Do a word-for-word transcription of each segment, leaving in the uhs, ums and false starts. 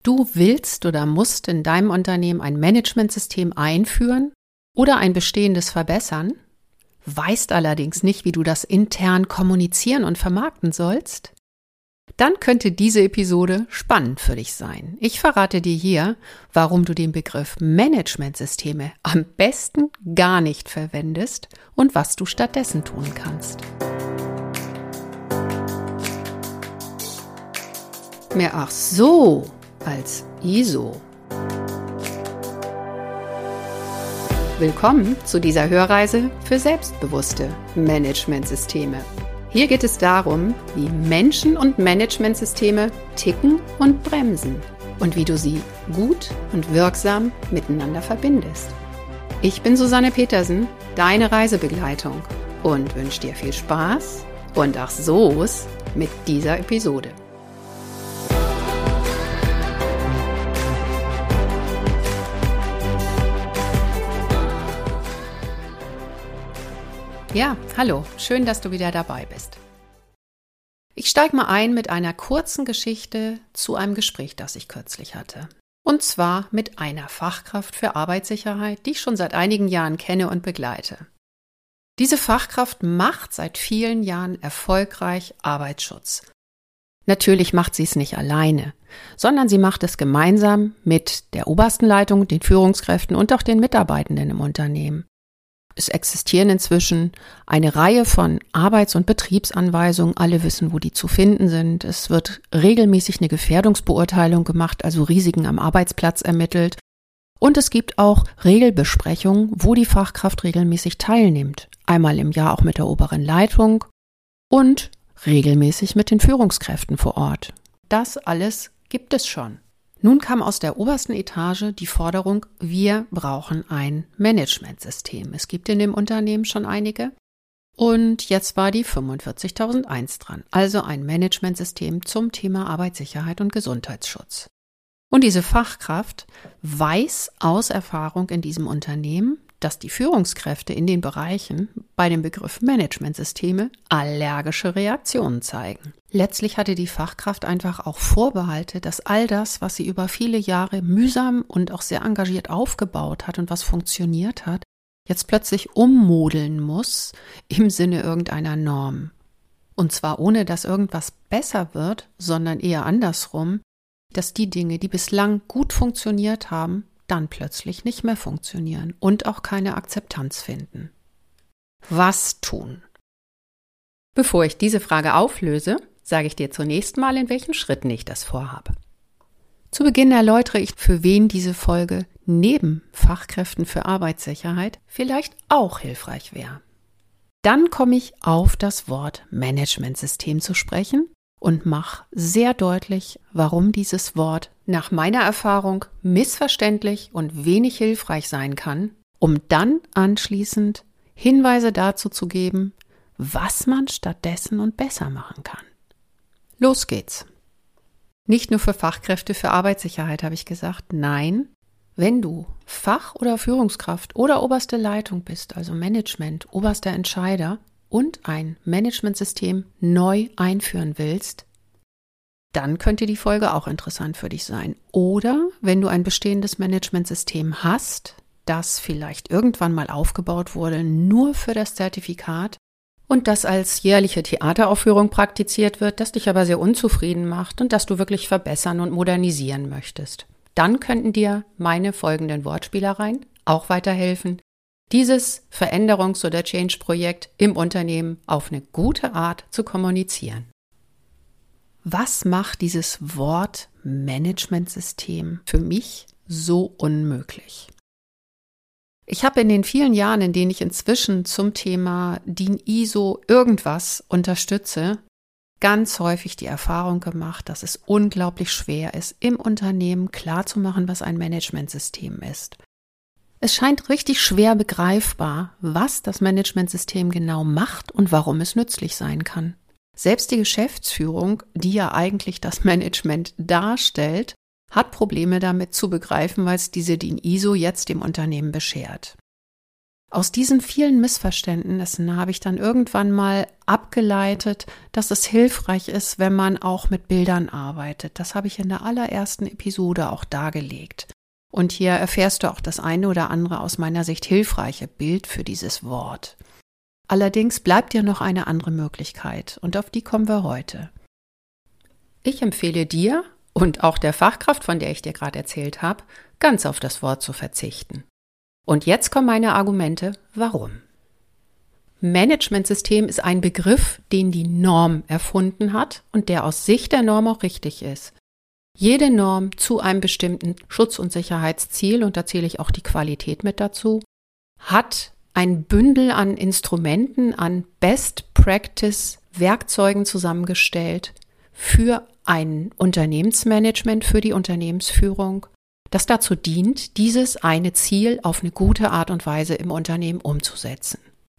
Du willst oder musst in deinem Unternehmen ein Managementsystem einführen oder ein bestehendes verbessern, weißt allerdings nicht, wie du das intern kommunizieren und vermarkten sollst? Dann könnte diese Episode spannend für dich sein. Ich verrate dir hier, warum du den Begriff Managementsysteme am besten gar nicht verwendest und was du stattdessen tun kannst. Mehr ach so als I S O. Willkommen zu dieser Hörreise für selbstbewusste Managementsysteme. Hier geht es darum, wie Menschen und Managementsysteme ticken und bremsen und wie du sie gut und wirksam miteinander verbindest. Ich bin Susanne Petersen, deine Reisebegleitung und wünsche dir viel Spaß und ach so's mit dieser Episode. Ja, hallo, schön, dass du wieder dabei bist. Ich steige mal ein mit einer kurzen Geschichte zu einem Gespräch, das ich kürzlich hatte. Und zwar mit einer Fachkraft für Arbeitssicherheit, die ich schon seit einigen Jahren kenne und begleite. Diese Fachkraft macht seit vielen Jahren erfolgreich Arbeitsschutz. Natürlich macht sie es nicht alleine, sondern sie macht es gemeinsam mit der obersten Leitung, den Führungskräften und auch den Mitarbeitenden im Unternehmen. Es existieren inzwischen eine Reihe von Arbeits- und Betriebsanweisungen. Alle wissen, wo die zu finden sind. Es wird regelmäßig eine Gefährdungsbeurteilung gemacht, also Risiken am Arbeitsplatz ermittelt. Und es gibt auch Regelbesprechungen, wo die Fachkraft regelmäßig teilnimmt. Einmal im Jahr auch mit der oberen Leitung und regelmäßig mit den Führungskräften vor Ort. Das alles gibt es schon. Nun kam aus der obersten Etage die Forderung, wir brauchen ein Managementsystem. Es gibt in dem Unternehmen schon einige und jetzt war die fünfundvierzigtausendeins dran, also ein Managementsystem zum Thema Arbeitssicherheit und Gesundheitsschutz. Und diese Fachkraft weiß aus Erfahrung in diesem Unternehmen, dass die Führungskräfte in den Bereichen bei dem Begriff Managementsysteme allergische Reaktionen zeigen. Letztlich hatte die Fachkraft einfach auch Vorbehalte, dass all das, was sie über viele Jahre mühsam und auch sehr engagiert aufgebaut hat und was funktioniert hat, jetzt plötzlich ummodeln muss im Sinne irgendeiner Norm. Und zwar ohne, dass irgendwas besser wird, sondern eher andersrum, dass die Dinge, die bislang gut funktioniert haben, dann plötzlich nicht mehr funktionieren und auch keine Akzeptanz finden. Was tun? Bevor ich diese Frage auflöse, sage ich dir zunächst mal, in welchen Schritten ich das vorhabe. Zu Beginn erläutere ich, für wen diese Folge neben Fachkräften für Arbeitssicherheit vielleicht auch hilfreich wäre. Dann komme ich auf das Wort Managementsystem zu sprechen und mache sehr deutlich, warum dieses Wort nach meiner Erfahrung missverständlich und wenig hilfreich sein kann, um dann anschließend Hinweise dazu zu geben, was man stattdessen und besser machen kann. Los geht's. Nicht nur für Fachkräfte für Arbeitssicherheit habe ich gesagt, nein, wenn du Fach- oder Führungskraft oder oberste Leitung bist, also Management, oberster Entscheider und ein Managementsystem neu einführen willst, dann könnte die Folge auch interessant für dich sein. Oder wenn du ein bestehendes Managementsystem hast, das vielleicht irgendwann mal aufgebaut wurde, nur für das Zertifikat und das als jährliche Theateraufführung praktiziert wird, das dich aber sehr unzufrieden macht und das du wirklich verbessern und modernisieren möchtest. Dann könnten dir meine folgenden Wortspielereien auch weiterhelfen, dieses Veränderungs- oder Change-Projekt im Unternehmen auf eine gute Art zu kommunizieren. Was macht dieses Wort Managementsystem für mich so unmöglich? Ich habe in den vielen Jahren, in denen ich inzwischen zum Thema D I N I S O irgendwas unterstütze, ganz häufig die Erfahrung gemacht, dass es unglaublich schwer ist, im Unternehmen klarzumachen, was ein Managementsystem ist. Es scheint richtig schwer begreifbar, was das Managementsystem genau macht und warum es nützlich sein kann. Selbst die Geschäftsführung, die ja eigentlich das Management darstellt, hat Probleme damit zu begreifen, weil es diese D I N I S O jetzt dem Unternehmen beschert. Aus diesen vielen Missverständnissen habe ich dann irgendwann mal abgeleitet, dass es hilfreich ist, wenn man auch mit Bildern arbeitet. Das habe ich in der allerersten Episode auch dargelegt. Und hier erfährst du auch das eine oder andere aus meiner Sicht hilfreiche Bild für dieses Wort. Allerdings bleibt dir noch eine andere Möglichkeit und auf die kommen wir heute. Ich empfehle dir und auch der Fachkraft, von der ich dir gerade erzählt habe, ganz auf das Wort zu verzichten. Und jetzt kommen meine Argumente, warum. Managementsystem ist ein Begriff, den die Norm erfunden hat und der aus Sicht der Norm auch richtig ist. Jede Norm zu einem bestimmten Schutz- und Sicherheitsziel, und da zähle ich auch die Qualität mit dazu, hat ein Bündel an Instrumenten, an Best-Practice-Werkzeugen zusammengestellt für ein Unternehmensmanagement, für die Unternehmensführung, das dazu dient, dieses eine Ziel auf eine gute Art und Weise im Unternehmen umzusetzen.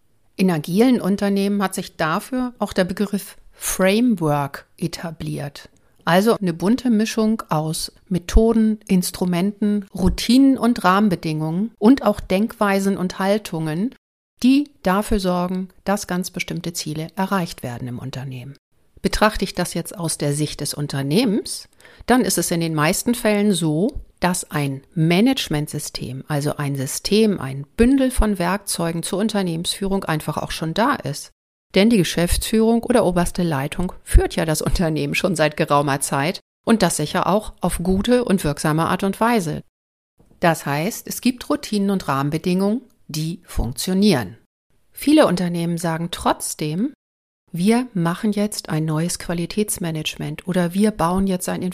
In agilen Unternehmen hat sich dafür auch der Begriff Framework etabliert. Also eine bunte Mischung aus Methoden, Instrumenten, Routinen und Rahmenbedingungen und auch Denkweisen und Haltungen, die dafür sorgen, dass ganz bestimmte Ziele erreicht werden im Unternehmen. Betrachte ich das jetzt aus der Sicht des Unternehmens, dann ist es in den meisten Fällen so, dass ein Managementsystem, also ein System, ein Bündel von Werkzeugen zur Unternehmensführung einfach auch schon da ist. Denn die Geschäftsführung oder oberste Leitung führt ja das Unternehmen schon seit geraumer Zeit und das sicher auch auf gute und wirksame Art und Weise. Das heißt, es gibt Routinen und Rahmenbedingungen, die funktionieren. Viele Unternehmen sagen trotzdem, wir machen jetzt ein neues Qualitätsmanagement oder wir bauen jetzt ein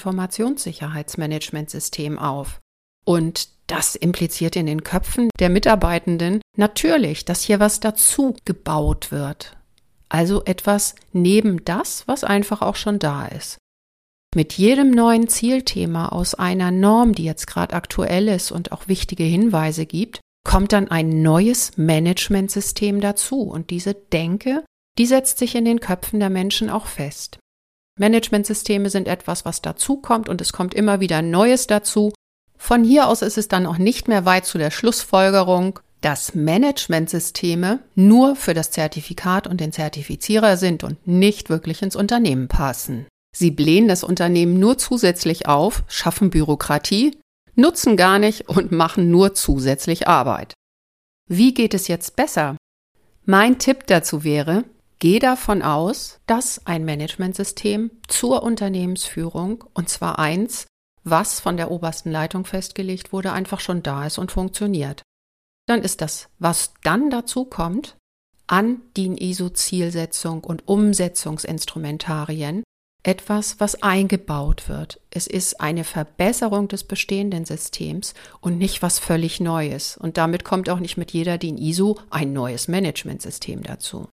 Informationssicherheitsmanagementsystem auf. Und das impliziert in den Köpfen der Mitarbeitenden natürlich, dass hier was dazu gebaut wird. Also etwas neben das, was einfach auch schon da ist. Mit jedem neuen Zielthema aus einer Norm, die jetzt gerade aktuell ist und auch wichtige Hinweise gibt, kommt dann ein neues Managementsystem dazu. Und diese Denke, die setzt sich in den Köpfen der Menschen auch fest. Managementsysteme sind etwas, was dazukommt und es kommt immer wieder Neues dazu. Von hier aus ist es dann auch nicht mehr weit zu der Schlussfolgerung, dass Managementsysteme nur für das Zertifikat und den Zertifizierer sind und nicht wirklich ins Unternehmen passen. Sie blähen das Unternehmen nur zusätzlich auf, schaffen Bürokratie, nutzen gar nicht und machen nur zusätzlich Arbeit. Wie geht es jetzt besser? Mein Tipp dazu wäre, geh davon aus, dass ein Managementsystem zur Unternehmensführung, und zwar eins, was von der obersten Leitung festgelegt wurde, einfach schon da ist und funktioniert. Dann ist das, was dann dazu kommt, an D I N I S O-Zielsetzung und Umsetzungsinstrumentarien, etwas, was eingebaut wird. Es ist eine Verbesserung des bestehenden Systems und nicht was völlig Neues. Und damit kommt auch nicht mit jeder D I N I S O ein neues Managementsystem dazu.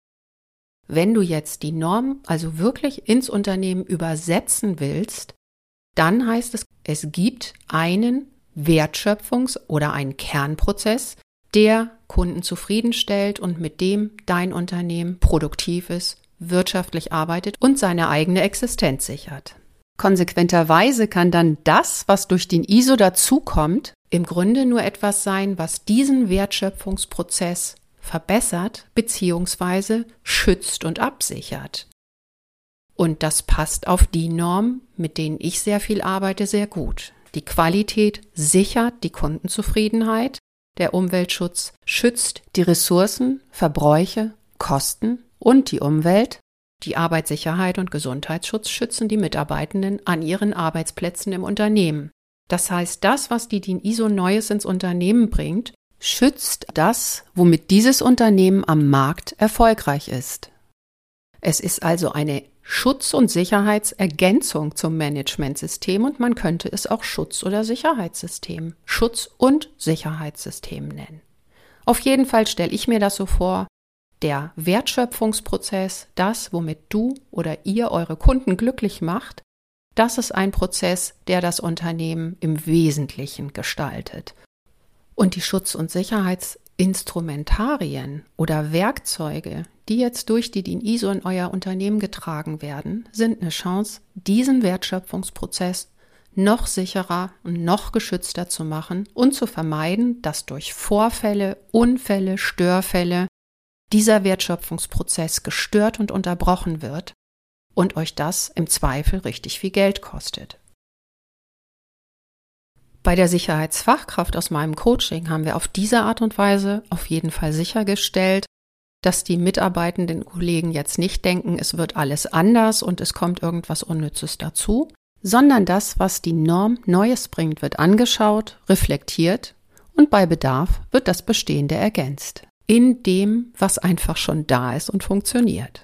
Wenn du jetzt die Norm also wirklich ins Unternehmen übersetzen willst, dann heißt es, es gibt einen Wertschöpfungs- oder einen Kernprozess, der Kunden zufriedenstellt und mit dem dein Unternehmen produktiv ist, wirtschaftlich arbeitet und seine eigene Existenz sichert. Konsequenterweise kann dann das, was durch den I S O dazukommt, im Grunde nur etwas sein, was diesen Wertschöpfungsprozess verbessert bzw. schützt und absichert. Und das passt auf die Normen, mit denen ich sehr viel arbeite, sehr gut. Die Qualität sichert die Kundenzufriedenheit, der Umweltschutz schützt die Ressourcen, Verbräuche, Kosten und die Umwelt. Die Arbeitssicherheit und Gesundheitsschutz schützen die Mitarbeitenden an ihren Arbeitsplätzen im Unternehmen. Das heißt, das, was die D I N I S O Neues ins Unternehmen bringt, schützt das, womit dieses Unternehmen am Markt erfolgreich ist. Es ist also eine Schutz- und Sicherheitsergänzung zum Managementsystem und man könnte es auch Schutz- oder Sicherheitssystem, Schutz- und Sicherheitssystem nennen. Auf jeden Fall stelle ich mir das so vor, der Wertschöpfungsprozess, das, womit du oder ihr eure Kunden glücklich macht, das ist ein Prozess, der das Unternehmen im Wesentlichen gestaltet. Und die Schutz- und Sicherheitsinstrumentarien oder Werkzeuge, die jetzt durch die D I N I S O in euer Unternehmen getragen werden, sind eine Chance, diesen Wertschöpfungsprozess noch sicherer und noch geschützter zu machen und zu vermeiden, dass durch Vorfälle, Unfälle, Störfälle dieser Wertschöpfungsprozess gestört und unterbrochen wird und euch das im Zweifel richtig viel Geld kostet. Bei der Sicherheitsfachkraft aus meinem Coaching haben wir auf diese Art und Weise auf jeden Fall sichergestellt, dass die mitarbeitenden Kollegen jetzt nicht denken, es wird alles anders und es kommt irgendwas Unnützes dazu, sondern das, was die Norm Neues bringt, wird angeschaut, reflektiert und bei Bedarf wird das Bestehende ergänzt. In dem, was einfach schon da ist und funktioniert.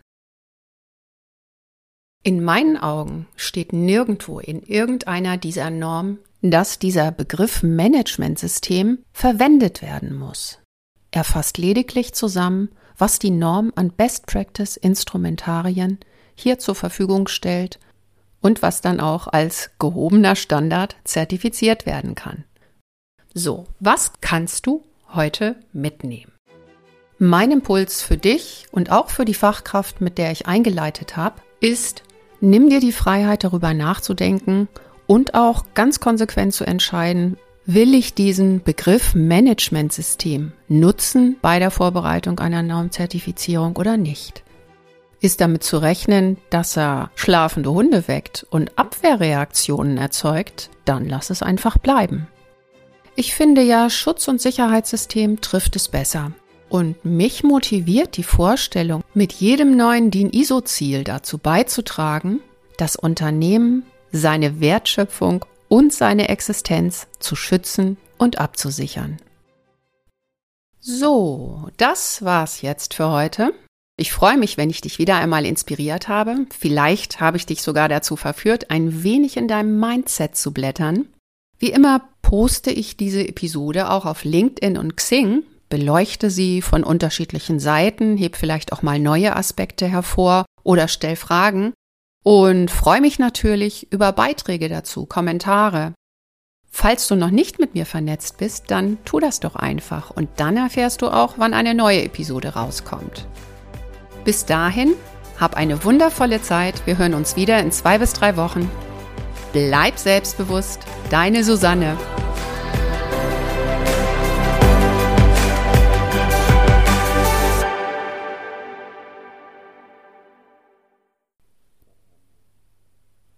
In meinen Augen steht nirgendwo in irgendeiner dieser Normen, dass dieser Begriff Managementsystem verwendet werden muss. Er fasst lediglich zusammen, was die Norm an Best-Practice-Instrumentarien hier zur Verfügung stellt und was dann auch als gehobener Standard zertifiziert werden kann. So, was kannst du heute mitnehmen? Mein Impuls für dich und auch für die Fachkraft, mit der ich eingeleitet habe, ist, nimm dir die Freiheit, darüber nachzudenken und auch ganz konsequent zu entscheiden, will ich diesen Begriff Managementsystem nutzen bei der Vorbereitung einer Normzertifizierung oder nicht? Ist damit zu rechnen, dass er schlafende Hunde weckt und Abwehrreaktionen erzeugt, dann lass es einfach bleiben. Ich finde ja, Schutz- und Sicherheitssystem trifft es besser. Und mich motiviert die Vorstellung, mit jedem neuen D I N I S O-Ziel dazu beizutragen, das Unternehmen, seine Wertschöpfung und seine Existenz zu schützen und abzusichern. So, das war's jetzt für heute. Ich freue mich, wenn ich dich wieder einmal inspiriert habe. Vielleicht habe ich dich sogar dazu verführt, ein wenig in deinem Mindset zu blättern. Wie immer poste ich diese Episode auch auf LinkedIn und Xing. Beleuchte sie von unterschiedlichen Seiten, heb vielleicht auch mal neue Aspekte hervor oder stell Fragen und freue mich natürlich über Beiträge dazu, Kommentare. Falls du noch nicht mit mir vernetzt bist, dann tu das doch einfach und dann erfährst du auch, wann eine neue Episode rauskommt. Bis dahin, hab eine wundervolle Zeit. Wir hören uns wieder in zwei bis drei Wochen. Bleib selbstbewusst, deine Susanne.